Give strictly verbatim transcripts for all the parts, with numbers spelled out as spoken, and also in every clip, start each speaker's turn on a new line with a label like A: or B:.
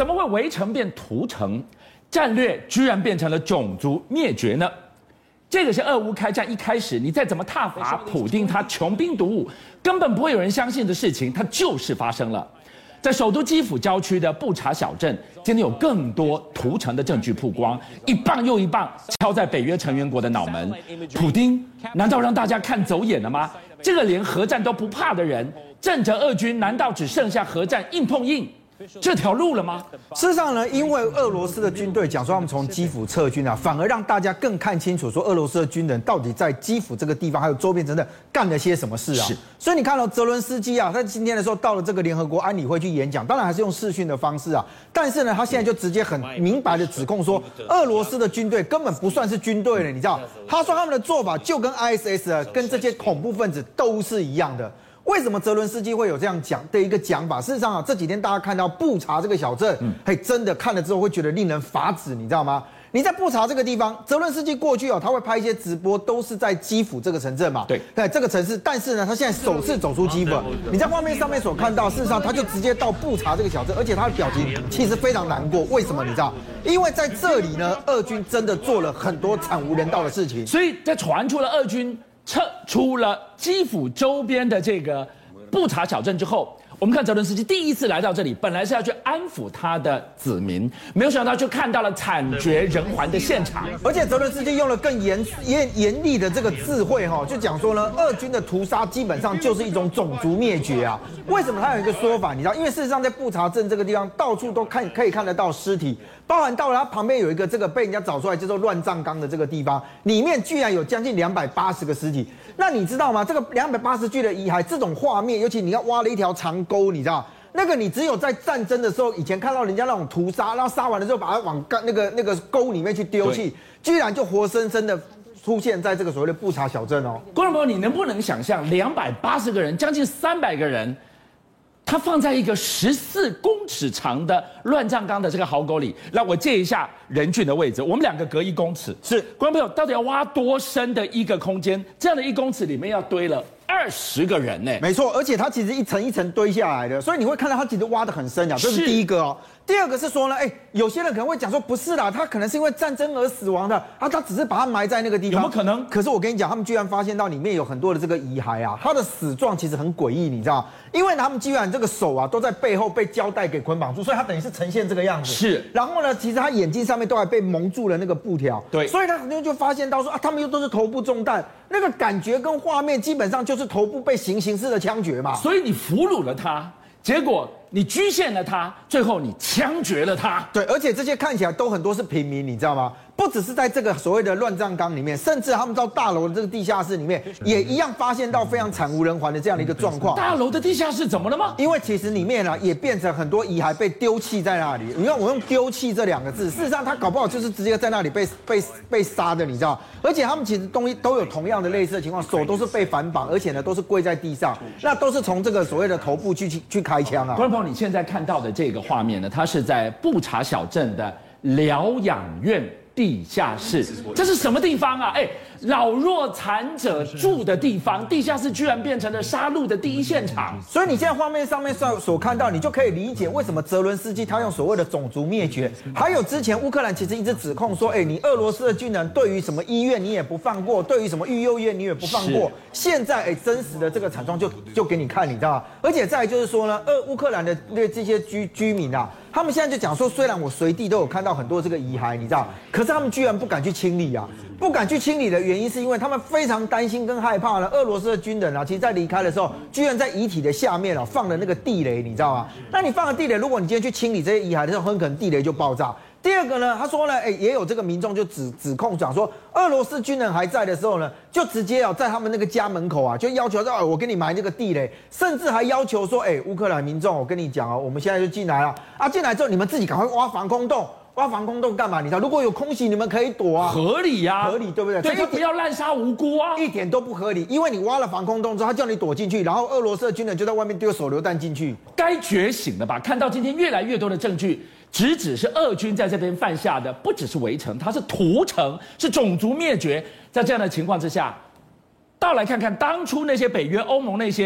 A: 怎么会围城变屠城？战略居然变成了种族灭绝呢？这个是俄乌开战一开始，你再怎么挞伐普丁，他穷兵黩武，根本不会有人相信的事情，它就是发生了。在首都基辅郊区的布查小镇，今天有更多屠城的证据曝光，一棒又一棒敲在北约成员国的脑门。普丁难道让大家看走眼了吗？这个连核战都不怕的人，镇着俄军难道只剩下核战硬碰硬这条路了吗？
B: 事实上呢，因为俄罗斯的军队讲说他们从基辅撤军啊，反而让大家更看清楚说俄罗斯的军人到底在基辅这个地方还有周边等等干了些什么事啊。所以你看到泽伦斯基啊，他今天的时候到了这个联合国安理会去演讲，当然还是用视讯的方式啊，但是呢，他现在就直接很明白的指控说，俄罗斯的军队根本不算是军队了，你知道？他说他们的做法就跟 I S S 啊，跟这些恐怖分子都是一样的。为什么泽伦斯基会有这样讲的一个讲法？事实上啊，这几天大家看到布查这个小镇，嗯，嘿，真的看了之后会觉得令人发指，你知道吗？你在布查这个地方，泽伦斯基过去哦，他会拍一些直播，都是在基辅这个城镇嘛，对，对，这个城市。但是呢，他现在首次走出基辅，你在画面上面所看到，事实上他就直接到布查这个小镇，而且他的表情其实非常难过。为什么？你知道？因为在这里呢，俄军真的做了很多惨无人道的事情，
A: 所以在传出了俄军撤出了基辅周边的这个布查小镇之后，我们看泽伦斯基第一次来到这里，本来是要去安抚他的子民，没有想到就看到了惨绝人寰的现场。
B: 而且泽伦斯基用了更严严严厉的这个智慧哈，就讲说呢，俄军的屠杀基本上就是一种种族灭绝啊。为什么他有一个说法？你知道，因为事实上在布查镇这个地方，到处都看可以看得到尸体。包含到了它旁边有一个这个被人家找出来叫做乱葬岗的这个地方，里面居然有将近两百八十个尸体。那你知道吗？这个两百八十具的遗骸，这种画面，尤其你要挖了一条长沟，你知道，那个你只有在战争的时候，以前看到人家那种屠杀，然后杀完了之后把它往那个那个沟里面去丢弃，居然就活生生的出现在这个所谓的布查小镇哦。
A: 观众朋友，你能不能想象两百八十个人，将近三百个人？他放在一个十四公尺长的乱葬岗的这个壕沟里，让我借一下任俊的位置，我们两个隔一公尺。是，观众朋友，到底要挖多深的一个空间？这样的一公尺里面要堆了二十个人呢？
B: 没错，而且它其实一层一层堆下来的，所以你会看到它其实挖得很深啊，这是第一个哦。第二个是说呢，哎，有些人可能会讲说，不是啦，他可能是因为战争而死亡的啊，他只是把它埋在那个地方，
A: 有没有可能？
B: 可是我跟你讲，他们居然发现到里面有很多的这个遗骸啊，他的死状其实很诡异，你知道？因为他们居然这个手啊都在背后被胶带给捆绑住，所以他等于是呈现这个样子。是，然后呢，其实他眼睛上面都还被蒙住了那个布条。对，所以他可能就发现到说啊，他们又都是头部中弹，那个感觉跟画面基本上就是头部被行刑式的枪决嘛。
A: 所以你俘虏了他，结果你拘限了他，最后你枪决了他。
B: 对，而且这些看起来都很多是平民，你知道吗？不只是在这个所谓的乱葬岗里面，甚至他们到大楼的这个地下室里面，也一样发现到非常惨无人寰的这样的一个状况。
A: 大楼的地下室怎么了吗？
B: 因为其实里面呢、啊、也变成很多遗骸被丢弃在那里。你看我用丢弃这两个字，事实上他搞不好就是直接在那里被被被杀的，你知道？而且他们其实东西都有同样的类似的情况，手都是被反绑，而且呢都是跪在地上，那都是从这个所谓的头部去去去开枪啊。
A: 观众朋友，你现在看到的这个画面呢，它是在布查小镇的疗养院地下室，这是什么地方啊？哎，老弱残者住的地方，地下室居然变成了杀戮的第一现场。
B: 所以你现在画面上面所所看到，你就可以理解为什么泽伦斯基他用所谓的种族灭绝，还有之前乌克兰其实一直指控说，哎，你俄罗斯的军人对于什么医院你也不放过，对于什么育幼院你也不放过。现在哎，真实的这个惨状就就给你看，你知道吗？而且再来就是说呢，俄乌克兰的这些居居民啊。他们现在就讲说，虽然我随地都有看到很多这个遗骸，你知道，可是他们居然不敢去清理啊！不敢去清理的原因是因为他们非常担心跟害怕呢。俄罗斯的军人啊，其实在离开的时候，居然在遗体的下面啊放了那个地雷，你知道吗？那你放了地雷，如果你今天去清理这些遗骸的时候，很可能地雷就爆炸。第二个呢，他说呢，哎，也有这个民众就指指控讲说，俄罗斯军人还在的时候呢，就直接啊在他们那个家门口啊，就要求说，哎，我给你埋这个地雷，甚至还要求说，哎，乌克兰民众，我跟你讲哦，我们现在就进来了啊，进来之后你们自己赶快挖防空洞。挖防空洞干嘛？你知道，如果有空袭，你们可以躲啊，
A: 合理呀、啊，
B: 合理，对不对？
A: 对，他不要滥杀无辜啊，
B: 一点都不合理。因为你挖了防空洞之后，他叫你躲进去，然后俄罗斯的军人就在外面丢手榴弹进去，
A: 该觉醒了吧？看到今天越来越多的证据，直指是俄军在这边犯下的，不只是围城，它是屠城，是种族灭绝。在这样的情况之下，倒来看看当初那些北约、欧盟那些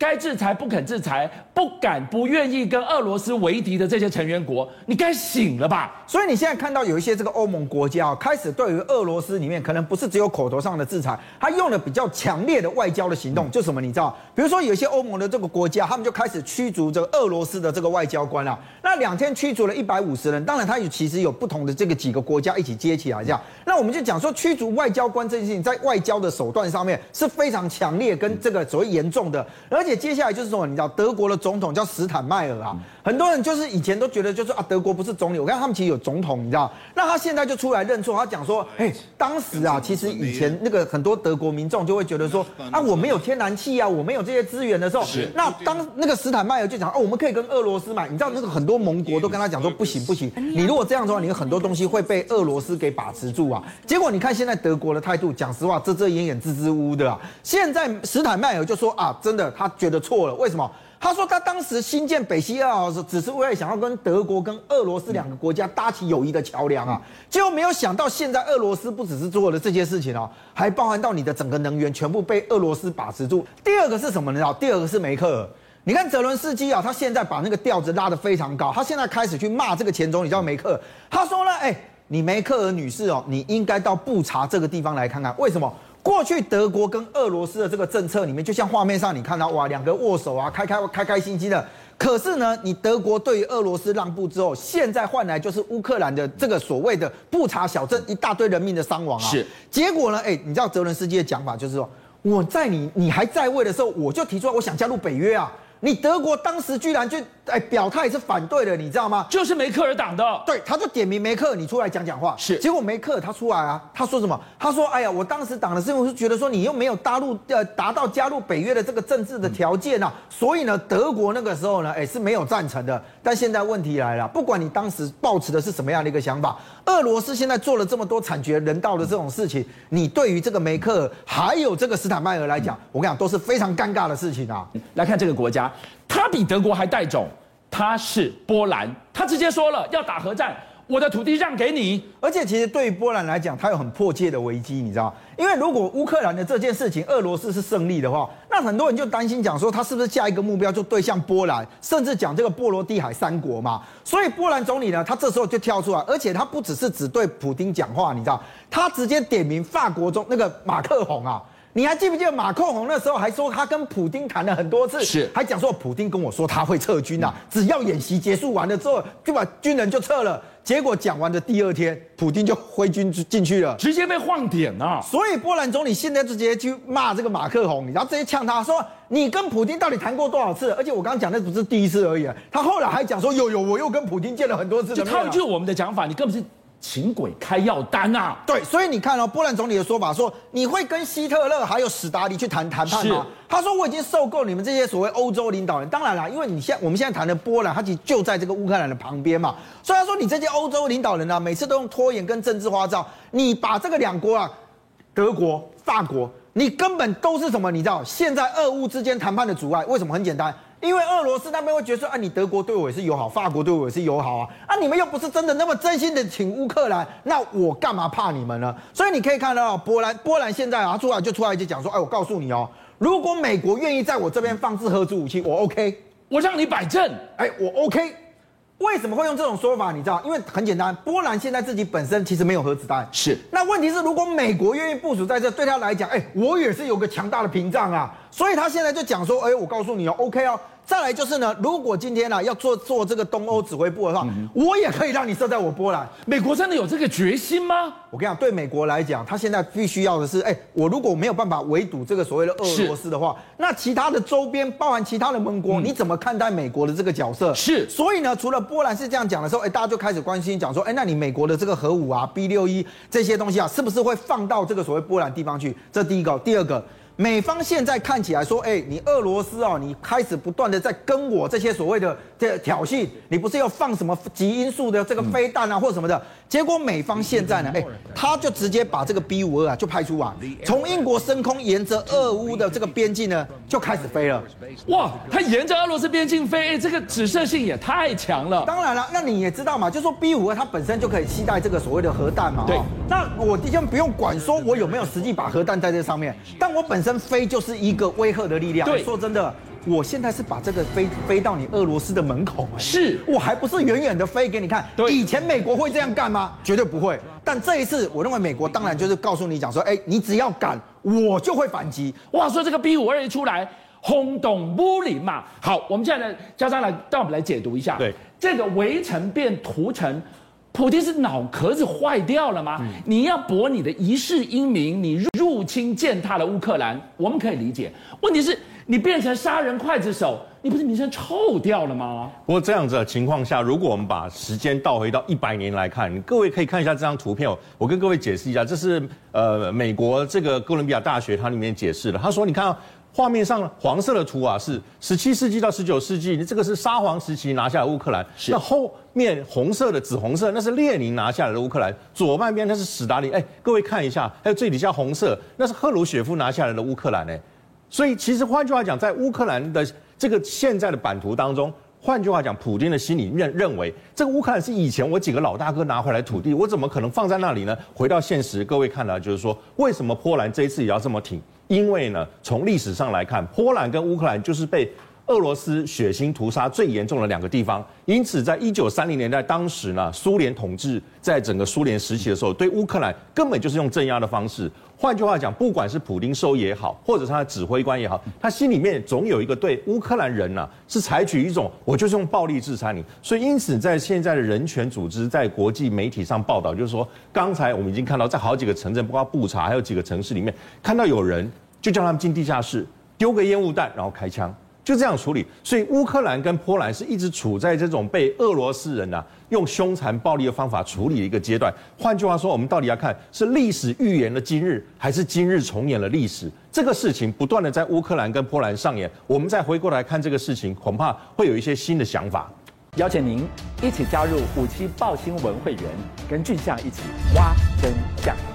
A: 该制裁不肯制裁，不敢不愿意跟俄罗斯为敌的这些成员国，你该醒了吧？
B: 所以你现在看到有一些这个欧盟国家啊，开始对于俄罗斯里面可能不是只有口头上的制裁，他用了比较强烈的外交的行动，就什么你知道？比如说有一些欧盟的这个国家，他们就开始驱逐这个俄罗斯的这个外交官了。那两天驱逐了一百五十人，当然他有其实有不同的这个几个国家一起接起来这样。那我们就讲说驱逐外交官这件事情，在外交的手段上面是非常强烈跟这个所谓严重的，而且接下来就是什么？你知道德国的总统叫史坦迈尔啊，很多人就是以前都觉得就是啊德国不是总理，我看他们其实有总统，你知道？那他现在就出来认错，他讲说，哎，当时啊，其实以前那个很多德国民众就会觉得说啊，我没有天然气啊，我没有这些资源的时候，那当那个史坦迈尔就讲哦，我们可以跟俄罗斯买，你知道那个很多盟国都跟他讲说不行不行，你如果这样的话，你有很多东西会被俄罗斯给把持住啊。结果你看现在德国的态度，讲实话遮遮掩掩、支支吾吾的啊。现在史坦迈尔就说啊，真的他觉得错了，为什么？他说他当时新建北溪二号只是为了想要跟德国跟俄罗斯两个国家搭起友谊的桥梁啊，结果没有想到现在俄罗斯不只是做了这些事情哦，还包含到你的整个能源全部被俄罗斯把持住。第二个是什么呢？第二个是梅克尔。你看泽伦斯基啊，他现在把那个调子拉得非常高，他现在开始去骂这个前总理叫梅克尔。他说呢，哎，你梅克尔女士哦，你应该到布查这个地方来看看，为什么？过去德国跟俄罗斯的这个政策里面，就像画面上你看到哇，两个握手啊，开开开开心心的。可是呢，你德国对于俄罗斯让步之后，现在换来就是乌克兰的这个所谓的布查小镇一大堆人命的伤亡啊。
A: 是。
B: 结果呢，哎，你知道泽伦斯基的讲法就是说，我在你你还在位的时候，我就提出来我想加入北约啊。你德国当时居然就哎表态是反对的，你知道吗？
A: 就是梅克尔党的，
B: 对，他就点名梅克尔，你出来讲讲话。
A: 是，
B: 结果梅克尔他出来啊，他说什么？他说：“哎呀，我当时党的是我是觉得说你又没有搭入呃达到加入北约的这个政治的条件啊，所以呢，德国那个时候呢，哎是没有赞成的。但现在问题来了，不管你当时抱持的是什么样的一个想法，俄罗斯现在做了这么多惨绝人道的这种事情，你对于这个梅克尔还有这个斯坦迈尔来讲，我跟你讲都是非常尴尬的事情啊。
A: 来看这个国家。”他比德国还带种，他是波兰，他直接说了要打核战，我的土地让给你。
B: 而且其实对于波兰来讲，它有很迫切的危机，你知道？因为如果乌克兰的这件事情，俄罗斯是胜利的话，那很多人就担心讲说，他是不是下一个目标就对向波兰，甚至讲这个波罗的海三国嘛？所以波兰总理呢，他这时候就跳出来，而且他不只是只对普丁讲话，你知道？他直接点名法国中那个马克宏啊。你还记不记得马克宏那时候还说他跟普丁谈了很多次，
A: 是
B: 还讲说普丁跟我说他会撤军啊，只要演习结束完了之后就把军人就撤了。结果讲完的第二天，普丁就挥军进去了，
A: 直接被晃点啊！
B: 所以波兰总理现在就直接去骂这个马克宏，然后直接呛他说：“你跟普丁到底谈过多少次？而且我刚刚讲的不是第一次而已，他后来还讲说有有我又跟普丁见了很多次的面。”
A: 就套一句我们的讲法，你根本是请鬼开药单啊！
B: 对，所以你看哦，波兰总理的说法说，你会跟希特勒还有史达林去谈谈判吗？他说我已经受够你们这些所谓欧洲领导人。当然啦，因为你现在我们现在谈的波兰，它其实就在这个乌克兰的旁边嘛，所以他说你这些欧洲领导人啊，每次都用拖延跟政治花招，你把这个两国啊，德国、法国，你根本都是什么？你知道现在俄乌之间谈判的阻碍，为什么？很简单。因为俄罗斯那边会觉得说，啊，你德国对我也是友好，法国对我也是友好啊，啊，你们又不是真的那么真心的请乌克兰，那我干嘛怕你们呢？所以你可以看到，波兰，波兰现在啊，出来就出来就讲说，哎，我告诉你哦，如果美国愿意在我这边放置核子武器，我 OK，
A: 我让你摆正，
B: 哎，我 OK。为什么会用这种说法？你知道，因为很简单，波兰现在自己本身其实没有核子弹，
A: 是。
B: 那问题是，如果美国愿意部署在这，对他来讲，哎，我也是有个强大的屏障啊，所以他现在就讲说，哎，我告诉你哦 ，OK 哦。再来就是呢，如果今天呢、啊、要做做这个东欧指挥部的话，嗯、我也可以让你设在我波兰。
A: 美国真的有这个决心吗？
B: 我跟你讲，对美国来讲，他现在必须要的是，哎，我如果没有办法围堵这个所谓的俄罗斯的话，那其他的周边，包含其他的盟国，嗯、你怎么看待美国的这个角色？
A: 是。
B: 所以呢，除了波兰是这样讲的时候，哎，大家就开始关心讲说，哎，那你美国的这个核武啊 ，B 六一这些东西啊，是不是会放到这个所谓波兰地方去？这第一个，第二个。美方现在看起来说，哎，你俄罗斯哦，你开始不断的在跟我这些所谓的这挑衅，你不是要放什么极音速的这个飞弹啊，或什么的？结果美方现在呢，哎，他就直接把这个 B 五十二啊就派出啊，从英国升空，沿着俄乌的这个边境呢就开始飞了。
A: 哇，他沿着俄罗斯边境飞，哎，这个指射性也太强了。
B: 当然了，那你也知道嘛，就说 B 五十二它本身就可以携带这个所谓的核弹嘛。
A: 对。
B: 那我先不用管说我有没有实际把核弹在这上面，但我本身飞就是一个威吓的力量。
A: 对，
B: 说真的， 我现在是把这个飞飞到你俄罗斯的门口，
A: 是
B: 我还不是远远的飞给你看。以前美国会这样干吗？绝对不会。但这一次，我认为美国当然就是告诉你讲说，哎，你只要敢，我就会反击。
A: 哇，说这个 B 五二一出来，轰动武林嘛。好，我们现在呢，嘉章来，让我们来解读一下。
C: 对，
A: 这个围城变屠城。普丁是脑壳子坏掉了吗？嗯、你要博你的一世英名，你入侵践踏了乌克兰，我们可以理解。问题是，你变成杀人刽子手，你不是名声臭掉了吗？
C: 不过这样子的情况下，如果我们把时间倒回到一百年来看，各位可以看一下这张图片哦。我跟各位解释一下，这是呃美国这个哥伦比亚大学它里面解释的。他说，你看、哦。画面上黄色的图啊，是十七世纪到十九世纪，这个是沙皇时期拿下的乌克兰。那后面红色的紫红色，那是列宁拿下来的乌克兰。左半边那是史达林。哎，各位看一下，还有最底下红色，那是赫鲁雪夫拿下来的乌克兰。哎，所以其实换句话讲，在乌克兰的这个现在的版图当中。换句话讲，普丁的心里认认为，这个乌克兰是以前我几个老大哥拿回来土地，我怎么可能放在那里呢？回到现实，各位看到就是说，为什么波兰这一次也要这么挺？因为呢，从历史上来看，波兰跟乌克兰就是被俄罗斯血腥屠杀最严重的两个地方。因此，在一九三零年代，当时呢，苏联统治在整个苏联时期的时候，对乌克兰根本就是用镇压的方式。换句话讲，不管是普丁收也好，或者是他的指挥官也好，他心里面总有一个对乌克兰人呐、啊，是采取一种我就是用暴力制裁你。所以因此，在现在的人权组织在国际媒体上报道，就是说，刚才我们已经看到，在好几个城镇，包括布查，还有几个城市里面，看到有人就叫他们进地下室，丢个烟雾弹，然后开枪。就这样处理，所以乌克兰跟波兰是一直处在这种被俄罗斯人啊用凶残暴力的方法处理的一个阶段。换句话说，我们到底要看是历史预言了今日，还是今日重演了历史？这个事情不断的在乌克兰跟波兰上演，我们再回过来看这个事情，恐怕会有一些新的想法。
D: 邀请您一起加入五七爆新闻会员，跟俊相一起挖真相。